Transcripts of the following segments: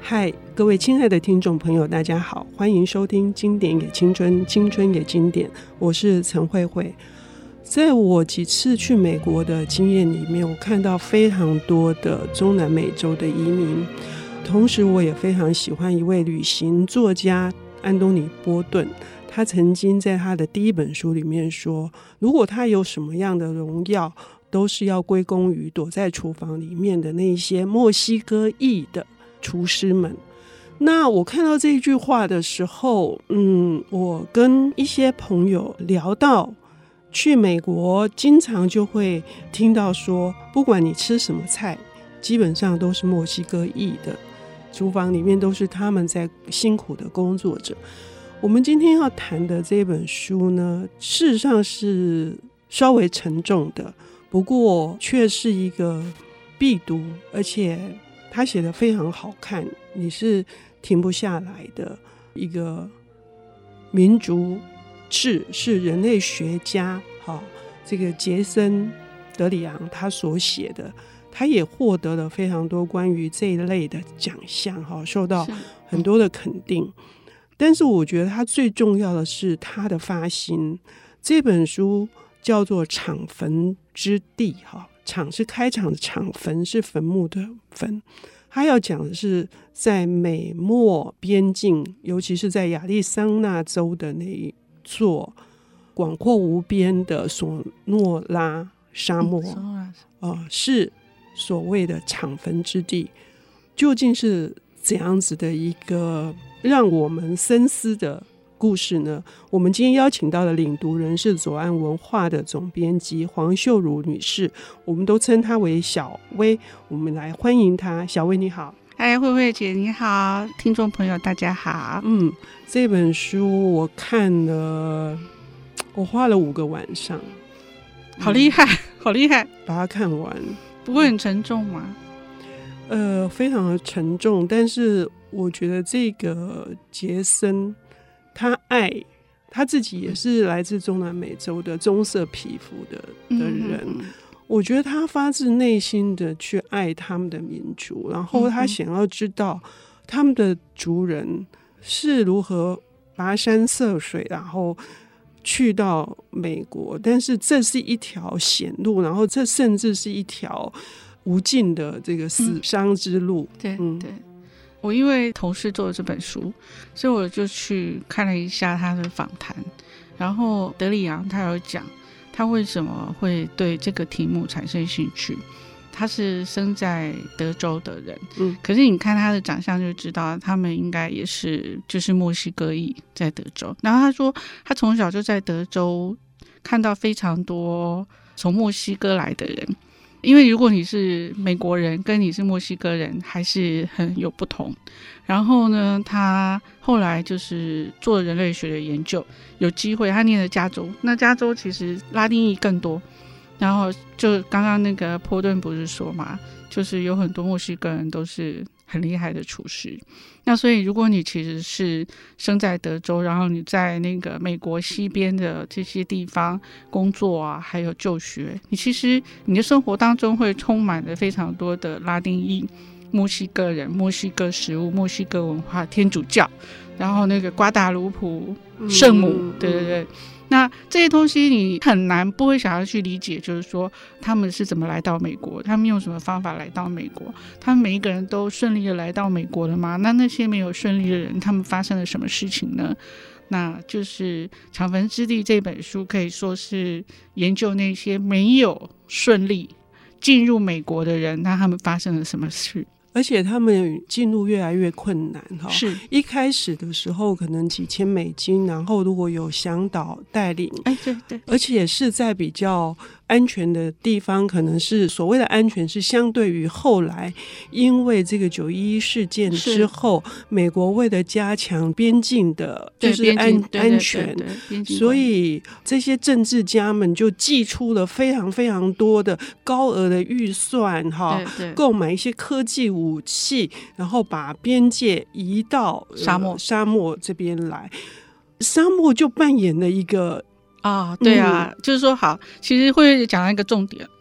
嗨，各位亲爱的听众朋友大家好，欢迎收听经典也青春，青春也经典，我是陈慧慧。在我几次去美国的经验里面，我看到非常多的中南美洲的移民，同时我也非常喜欢一位旅行作家安东尼·波顿。他曾经在他的第一本书里面说，如果他有什么样的荣耀，都是要归功于躲在厨房里面的那些墨西哥裔的厨师们。那我看到这句话的时候，我跟一些朋友聊到，去美国经常就会听到说，不管你吃什么菜，基本上都是墨西哥裔的，厨房里面都是他们在辛苦的工作者。我们今天要谈的这本书呢，事实上是稍微沉重的，不过却是一个必读，而且他写得非常好看，你是停不下来的一个民族志，是人类学家这个杰森·德里昂他所写的，他也获得了非常多关于这一类的奖项，受到很多的肯定。但是我觉得他最重要的是他的发心，这本书叫做《场坟之地》，场是开场的场，坟是坟墓的坟。他要讲的是在美墨边境，尤其是在亚利桑那州的那一座广阔无边的索诺拉沙漠，是所谓的场坟之地。究竟是怎样子的一个让我们深思的故事呢？我们今天邀请到的领读人是左岸文化的总编辑黄秀如女士，我们都称她为小薇，我们来欢迎她。小薇你好。 嗨，慧慧姐你好，听众朋友大家好。 这本书我看了，我花了5个晚上， 好厉害，好厉害， 把它看完。 不会很沉重吗？ 非常的沉重，但是我觉得这个杰森他自己也是来自中南美洲的棕色皮肤的人，我觉得他发自内心的去爱他们的民族，然后他想要知道他们的族人是如何跋山涉水然后去到美国，但是这是一条险路，然后这甚至是一条无尽的这个死伤之路。 对，我因为同事做了这本书，所以我就去看了一下他的访谈，然后德里昂他有讲他为什么会对这个题目产生兴趣。他是生在德州的人，可是你看他的长相就知道他们应该也是就是墨西哥裔在德州。然后他说他从小就在德州看到非常多从墨西哥来的人，因为如果你是美国人跟你是墨西哥人还是很有不同。然后呢，他后来就是做人类学的研究，有机会他念了加州，那加州其实拉丁裔更多，然后就刚刚那个波顿不是说嘛，就是有很多墨西哥人都是很厉害的厨师。那所以如果你其实是生在德州，然后你在那个美国西边的这些地方工作啊还有就学，你其实你的生活当中会充满了非常多的拉丁裔、墨西哥人、墨西哥食物、墨西哥文化、天主教，然后那个瓜达卢普圣母，对，那这些东西你很难不会想要去理解，就是说他们是怎么来到美国，他们用什么方法来到美国，他们每一个人都顺利的来到美国了吗？那些没有顺利的人，他们发生了什么事情呢？那就是《场坟之地》这本书可以说是研究那些没有顺利进入美国的人，那他们发生了什么事， 而且他们进入越来越困难。 是一开始的时候可能几千美金，然后如果有向导带领， 对， 而且是在比较安全的地方，可能是所谓的安全是相对于后来因为这个911事件之后，美国为了加强边境的就是安全，所以这些政治家们就祭出了非常非常多的高额的预算购买一些科技武器，然后把边界移到沙漠这边来。沙漠就扮演了一个对啊，就是说好，其实会讲到一个重点，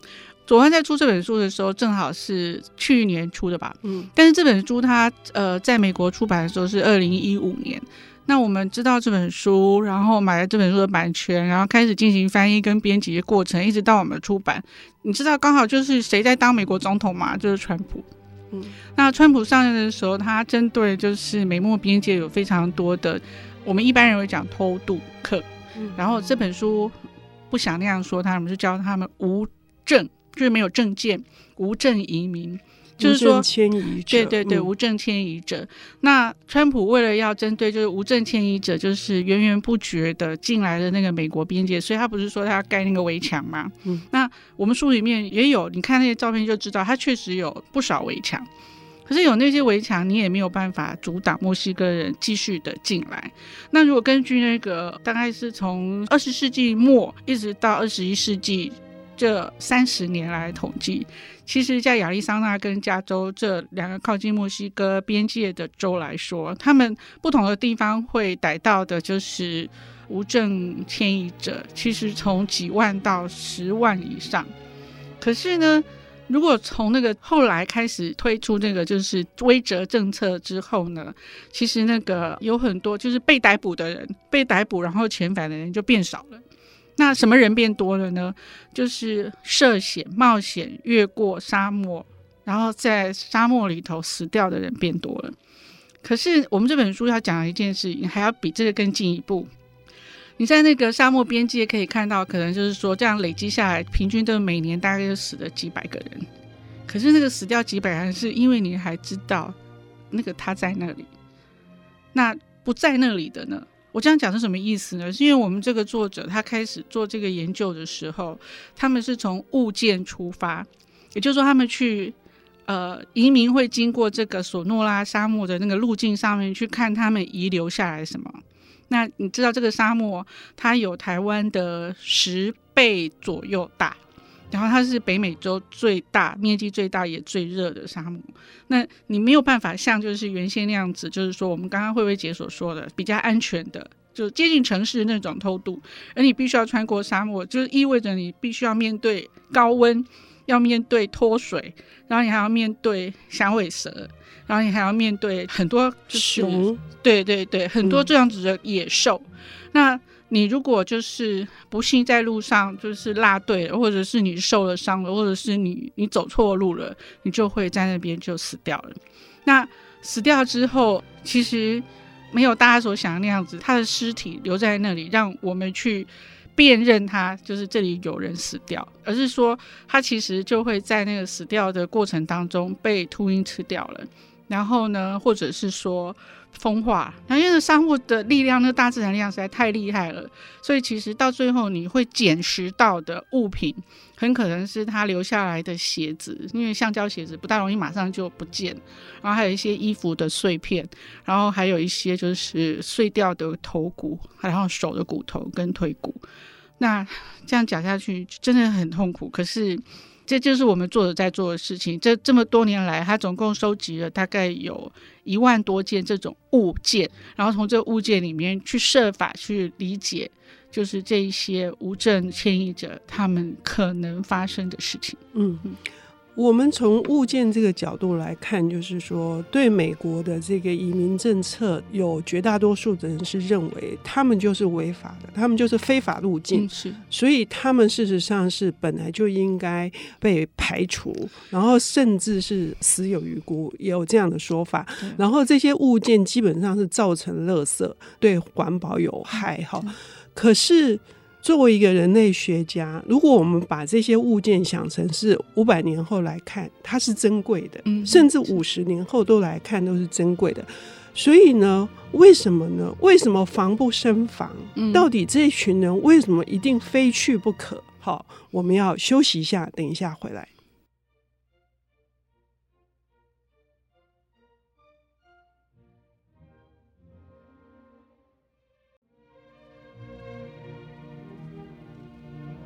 左岸在出这本书的时候正好是去年出的吧，但是这本书它在美国出版的时候是2015年。那我们知道这本书，然后买了这本书的版权，然后开始进行翻译跟编辑的过程，一直到我们出版。你知道刚好就是谁在当美国总统吗？就是川普。那川普上任的时候，他针对就是美墨边界有非常多的，我们一般人会讲偷渡客，然后这本书不想那样说他们，就教他们无证，就是没有证件，无证移民。就是说， 无证迁移者， 对，无证迁移者。那川普为了要针对就是无证迁移者，就是源源不绝的进来的那个美国边界，所以他不是说他要盖那个围墙吗？那我们书里面也有，你看那些照片就知道，他确实有不少围墙。可是有那些围墙，你也没有办法阻挡墨西哥人继续的进来。那如果根据那个大概是从20世纪末一直到21世纪这30年来统计，其实在亚利桑那跟加州这两个靠近墨西哥边界的州来说，他们不同的地方会逮到的就是无证迁移者，其实从几万到10万以上。可是呢，如果从那个后来开始推出那个就是威慑政策之后呢，其实那个有很多就是被逮捕的人，被逮捕然后遣返的人就变少了。那什么人变多了呢？就是涉险冒险越过沙漠，然后在沙漠里头死掉的人变多了。可是我们这本书要讲的一件事情还要比这个更进一步。你在那个沙漠边界可以看到，可能就是说这样累积下来，平均都每年大概就死了几百个人。可是那个死掉几百人是因为你还知道那个他在那里，那不在那里的呢？我这样讲是什么意思呢？是因为我们这个作者他开始做这个研究的时候，他们是从物件出发，也就是说他们去移民会经过这个索诺拉沙漠的那个路径上面去看他们遗留下来什么。那你知道这个沙漠它有台湾的10倍左右大，然后它是北美洲最大面积最大也最热的沙漠。那你没有办法像就是原先那样子，就是说我们刚刚慧慧姐所说的比较安全的，就接近城市那种偷渡，而你必须要穿过沙漠，就是意味着你必须要面对高温，要面对脱水，然后你还要面对响尾蛇，然后你还要面对很多就是熊， 对，很多这样子的野兽。那你如果就是不幸在路上就是落队了，或者是你受了伤了，或者是你走错路了，你就会在那边就死掉了。那死掉之后，其实没有大家所想的那样子，他的尸体留在那里让我们去辨认他就是这里有人死掉，而是说他其实就会在那个死掉的过程当中被秃鹰吃掉了，然后呢或者是说风化，然后因为沙漠的力量，那个大自然力量实在太厉害了，所以其实到最后你会捡拾到的物品很可能是他留下来的鞋子，因为橡胶鞋子不大容易马上就不见，然后还有一些衣服的碎片，然后还有一些就是碎掉的头骨，然后手的骨头跟腿骨。那这样讲下去真的很痛苦，可是这就是我们作者在做的事情。这么多年来，他总共收集了大概有1万多件这种物件，然后从这个物件里面去设法去理解，就是这一些无证迁移者他们可能发生的事情。 我们从物件这个角度来看，就是说对美国的这个移民政策，有绝大多数的人是认为他们就是违法的，他们就是非法入境， 是， 所以他们事实上是本来就应该被排除，然后甚至是死有余辜，也有这样的说法。然后这些物件基本上是造成垃圾，对环保有害。可是作为一个人类学家，如果我们把这些物件想成是500年后来看，它是珍贵的，甚至50年后都来看都是珍贵的。所以呢，为什么呢？为什么防不胜防？到底这群人为什么一定非去不可？好，我们要休息一下，等一下回来。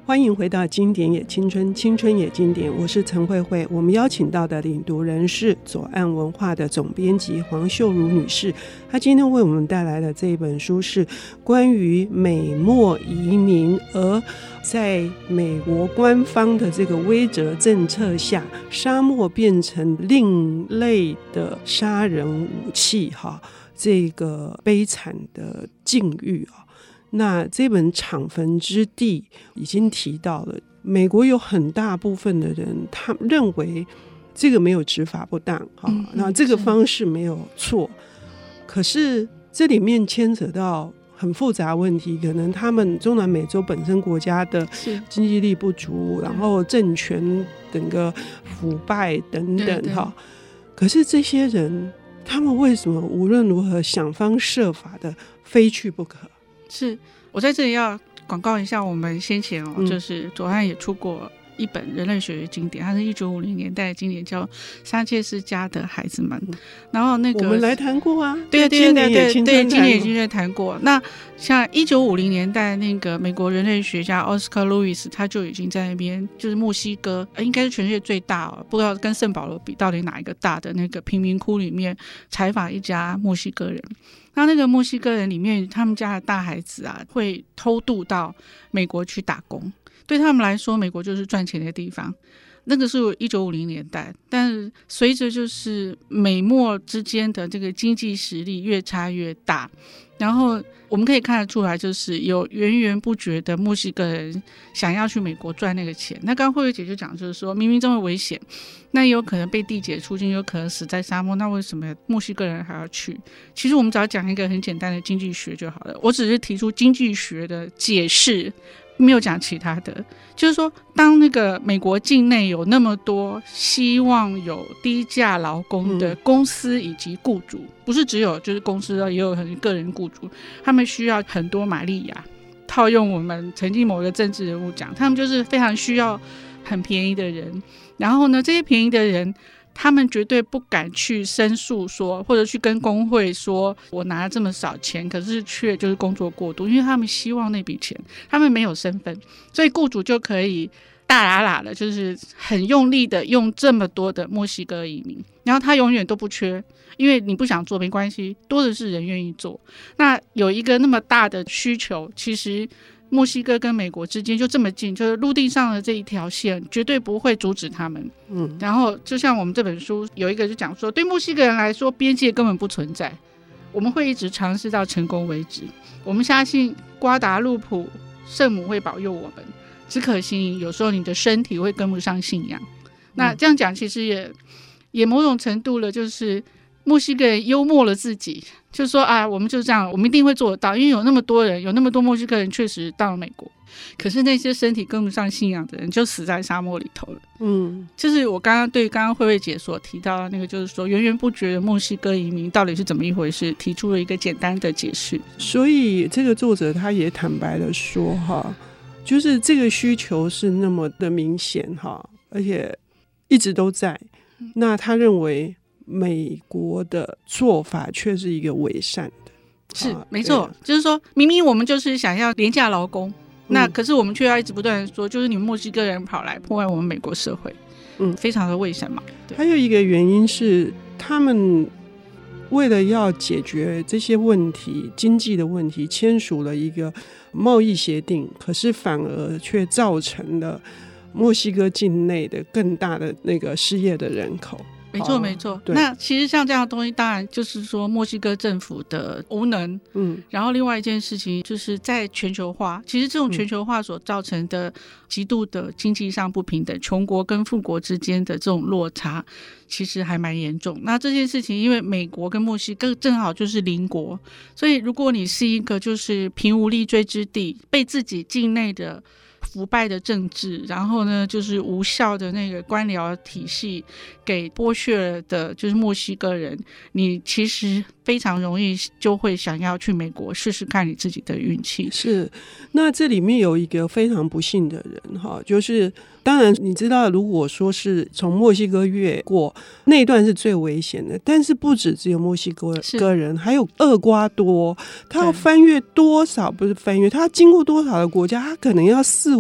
欢迎回到经典也青春，青春也经典，我是陈慧慧。我们邀请到的领读人是左岸文化的总编辑黄秀如女士，她今天为我们带来的这一本书是关于美墨移民，而在美国官方的这个威慑政策下，沙漠变成另类的杀人武器，这个悲惨的境遇啊。那这本《场坟之地》已经提到了，美国有很大部分的人，他们认为这个没有执法不当，那这个方式没有错，可是这里面牵扯到很复杂问题，可能他们中南美洲本身国家的经济力不足，然后政权整个腐败等等，可是这些人他们为什么无论如何想方设法的非去不可？是我在这里要广告一下，我们先前就是左岸也出过一本人类学经典，它是1950年代的经典，叫《沙切斯家的孩子们》。然后那个我们来谈过啊， 对，今年也青春谈过。那像1950年代那个美国人类学家 Oscar Lewis， 他就已经在那边，就是墨西哥应该是全世界最大不知道跟圣保罗比到底哪一个大的那个贫民窟里面采访一家墨西哥人。那个墨西哥人里面，他们家的大孩子会偷渡到美国去打工，对他们来说美国就是赚钱的地方。那个是1950年代，但是随着就是美墨之间的这个经济实力越差越大，然后我们可以看得出来，就是有源源不绝的墨西哥人想要去美国赚那个钱。那刚刚慧慧姐就讲，就是说明明这么危险，那也有可能被地解出境，有可能死在沙漠，那为什么墨西哥人还要去？其实我们只要讲一个很简单的经济学就好了，我只是提出经济学的解释，没有讲其他的。就是说当那个美国境内有那么多希望有低价劳工的公司以及雇主，不是只有就是公司，也有很个人雇主，他们需要很多玛利亚，套用我们曾经某个政治人物讲，他们就是非常需要很便宜的人。然后呢，这些便宜的人他们绝对不敢去申诉说，或者去跟工会说我拿了这么少钱，可是却就是工作过度，因为他们希望那笔钱，他们没有身份，所以雇主就可以大喇喇的就是很用力的用这么多的墨西哥移民，然后他永远都不缺，因为你不想做没关系，多的是人愿意做。那有一个那么大的需求，其实墨西哥跟美国之间就这么近，就是陆地上的这一条线绝对不会阻止他们。然后就像我们这本书有一个就讲说，对墨西哥人来说边界根本不存在，我们会一直尝试到成功为止，我们相信瓜达路普圣母会保佑我们，只可惜有时候你的身体会跟不上信仰。那这样讲其实也某种程度了，就是墨西哥人幽默了自己，就说我们就这样，我们一定会做得到，因为有那么多人，有那么多墨西哥人确实到了美国，可是那些身体跟不上信仰的人就死在沙漠里头了。就是我刚刚慧慧姐所提到的那个，就是说源源不绝的墨西哥移民到底是怎么一回事，提出了一个简单的解释。 所以这个作者他也坦白的说就是这个需求是那么的明显而且一直都在。那他认为美国的做法却是一个伪善的， 是没错，就是说明明我们就是想要廉价劳工，那可是我们却要一直不断的说，就是你们墨西哥人跑来破坏我们美国社会，非常的伪善嘛。 还有一个原因是，他们为了要解决这些问题，经济的问题，签署了一个贸易协定，可是反而却造成了墨西哥境内的更大的那个失业的人口。 没错没错。那其实像这样的东西，当然就是说墨西哥政府的无能。然后另外一件事情就是在全球化，其实这种全球化所造成的极度的经济上不平等，穷国跟富国之间的这种落差其实还蛮严重。那这件事情因为美国跟墨西哥正好就是邻国，所以如果你是一个就是贫无立锥之地，被自己境内的腐败的政治，然后呢就是无效的那个官僚体系给剥削了的就是墨西哥人，你其实非常容易就会想要去美国试试看你自己的运气。 是，那这里面有一个非常不幸的人就是当然你知道，如果说是从墨西哥越过那一段是最危险的，但是不止只有墨西哥人，还有厄瓜多，他要翻越多少，不是翻越，他经过多少的国家，他可能要4-5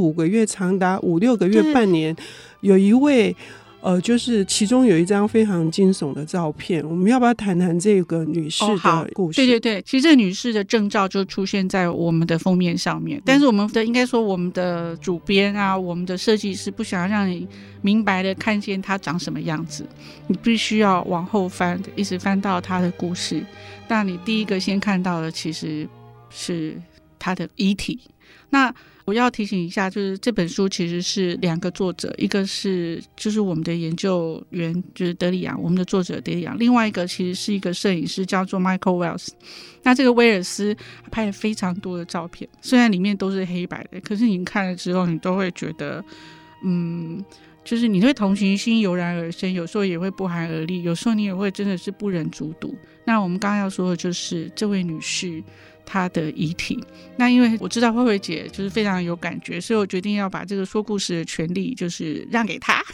5个月，长达5、6个月、半年。有一位就是其中有一张非常惊悚的照片，我们要不要谈谈这个女士的故事？ 对对对，其实这个女士的证照就出现在我们的封面上面，但是我们的应该说我们的主编啊，我们的设计师不想要让你明白的看见她长什么样子，你必须要往后翻，一直翻到她的故事。那你第一个先看到的其实是她的遗体。那我要提醒一下，就是这本书其实是2个作者，一个是就是我们的研究员就是德里昂，我们的作者德里昂，另外一个其实是一个摄影师叫做 Michael Wells。 那这个威尔斯拍了非常多的照片，虽然里面都是黑白的，可是你看了之后你都会觉得就是你会同情心油然而生，有时候也会不寒而栗，有时候你也会真的是不忍卒读。那我们刚刚要说的就是这位女士她的遗体。那因为我知道慧慧姐就是非常有感觉，所以我决定要把这个说故事的权利就是让给她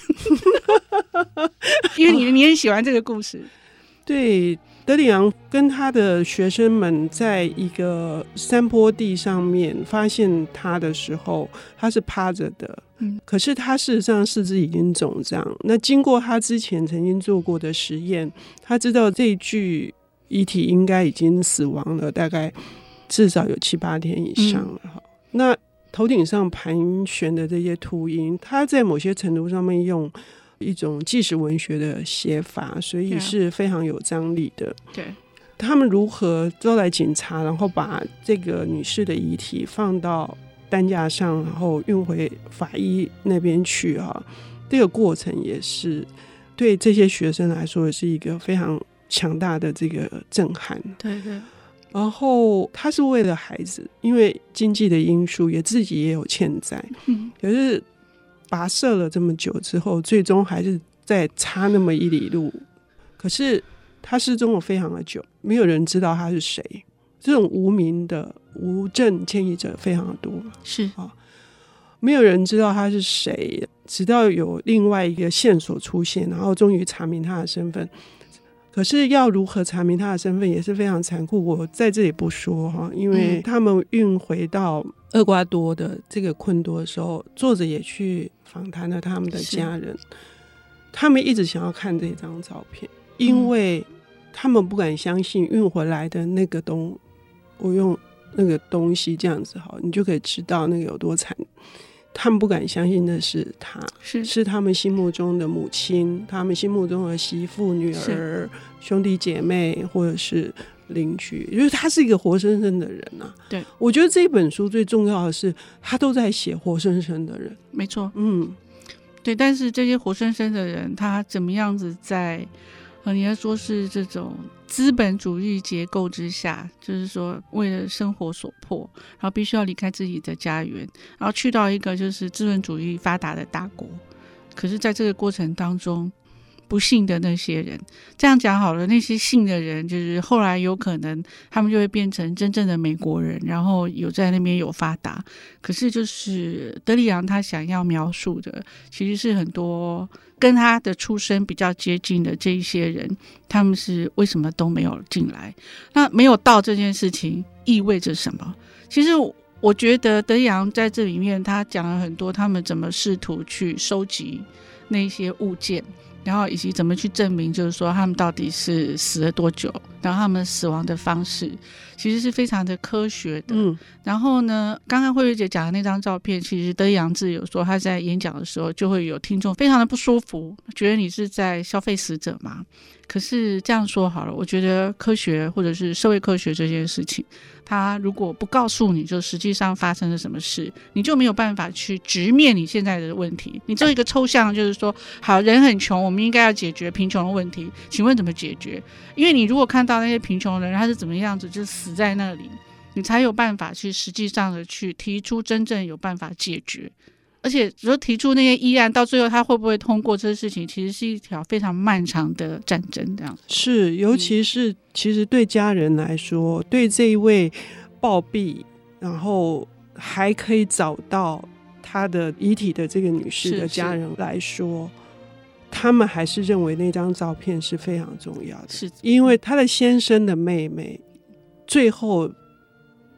因为你很喜欢这个故事。 对，德里昂跟他的学生们在一个山坡地上面发现他的时候，他是趴着的，可是他事实上四肢已经肿胀。那经过他之前曾经做过的实验，他知道这具遗体应该已经死亡了，大概至少有7、8天以上了。那头顶上盘旋的这些秃鹰，他在某些程度上面用一种纪实文学的写法，所以是非常有张力的。 对， 他们如何招来警察，然后把这个女士的遗体放到担架上，然后运回法医那边去这个过程也是对这些学生来说也是一个非常强大的这个震撼。 对对。 然后他是为了孩子，因为经济的因素，也自己也有欠债，可是跋涉了这么久之后，最终还是再差那么1里路。可是他失踪了非常的久，没有人知道他是谁。这种无名的无证迁移者非常的多， 是没有人知道他是谁，直到有另外一个线索出现，然后终于查明他的身份。可是要如何查明他的身份也是非常残酷，我在这里不说因为他们运回到厄瓜多的这个昆多的时候，作者也去访谈了他们的家人，他们一直想要看这张照片，因为他们不敢相信运回来的那个我用那个东西这样子你就可以知道那个有多惨。他们不敢相信的是他是他们心目中的母亲，他们心目中的媳妇、女儿、兄弟姐妹或者是邻居，就是他是一个活生生的人对， 我觉得这本书最重要的是他都在写活生生的人。 没错，对。但是这些活生生的人他怎么样子在你要说是这种资本主义结构之下，就是说为了生活所迫，然后必须要离开自己的家园，然后去到一个就是资本主义发达的大国。可是在这个过程当中，不幸的那些人，这样讲好了，那些幸的人就是后来有可能他们就会变成真正的美国人，然后有在那边有发达。可是就是德里昂他想要描述的其实是很多跟他的出身比较接近的这一些人，他们是为什么都没有进来，那没有到这件事情意味着什么。其实我觉得德里昂在这里面他讲了很多他们怎么试图去收集那些物件，然后以及怎么去证明就是说他们到底是死了多久，然后他们死亡的方式其实是非常的科学的。然后呢，刚刚慧慧姐讲的那张照片，其实德里昂自有说他在演讲的时候就会有听众非常的不舒服，觉得你是在消费死者嘛。可是这样说好了，我觉得科学或者是社会科学这件事情，他如果不告诉你就实际上发生了什么事，你就没有办法去直面你现在的问题。你做一个抽象，就是说好，人很穷，我们应该要解决贫穷的问题，请问怎么解决？因为你如果看到那些贫穷人他是怎么样子就死在那里，你才有办法去实际上的去提出真正有办法解决。而且说提出那些议案到最后他会不会通过这个事情，其实是一条非常漫长的战争。这样是，尤其是其实对家人来说，对这一位暴毙然后还可以找到他的遗体的这个女士的家人来说，他们还是认为那张照片是非常重要的，是因为他的先生的妹妹最后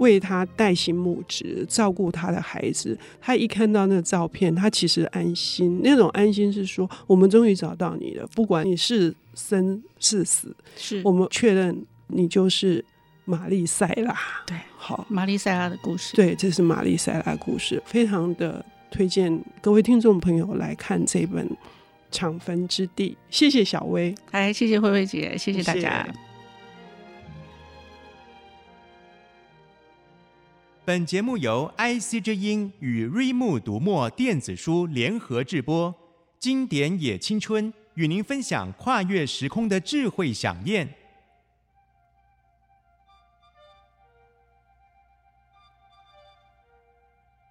为他带薪母职，照顾他的孩子。他一看到那个照片，他其实安心，那种安心是说，我们终于找到你了，不管你是生是死， 是我们确认你就是玛丽塞拉。 对， 好， 玛丽塞拉的故事。 对，这是玛丽塞拉的故事，非常的推荐各位听众朋友来看这本《场坟之地》。谢谢小薇， 谢谢慧慧姐，谢谢大家。 本节目由 IC 之音与瑞木读墨电子书联合制播，经典也青春与您分享跨越时空的智慧饗宴。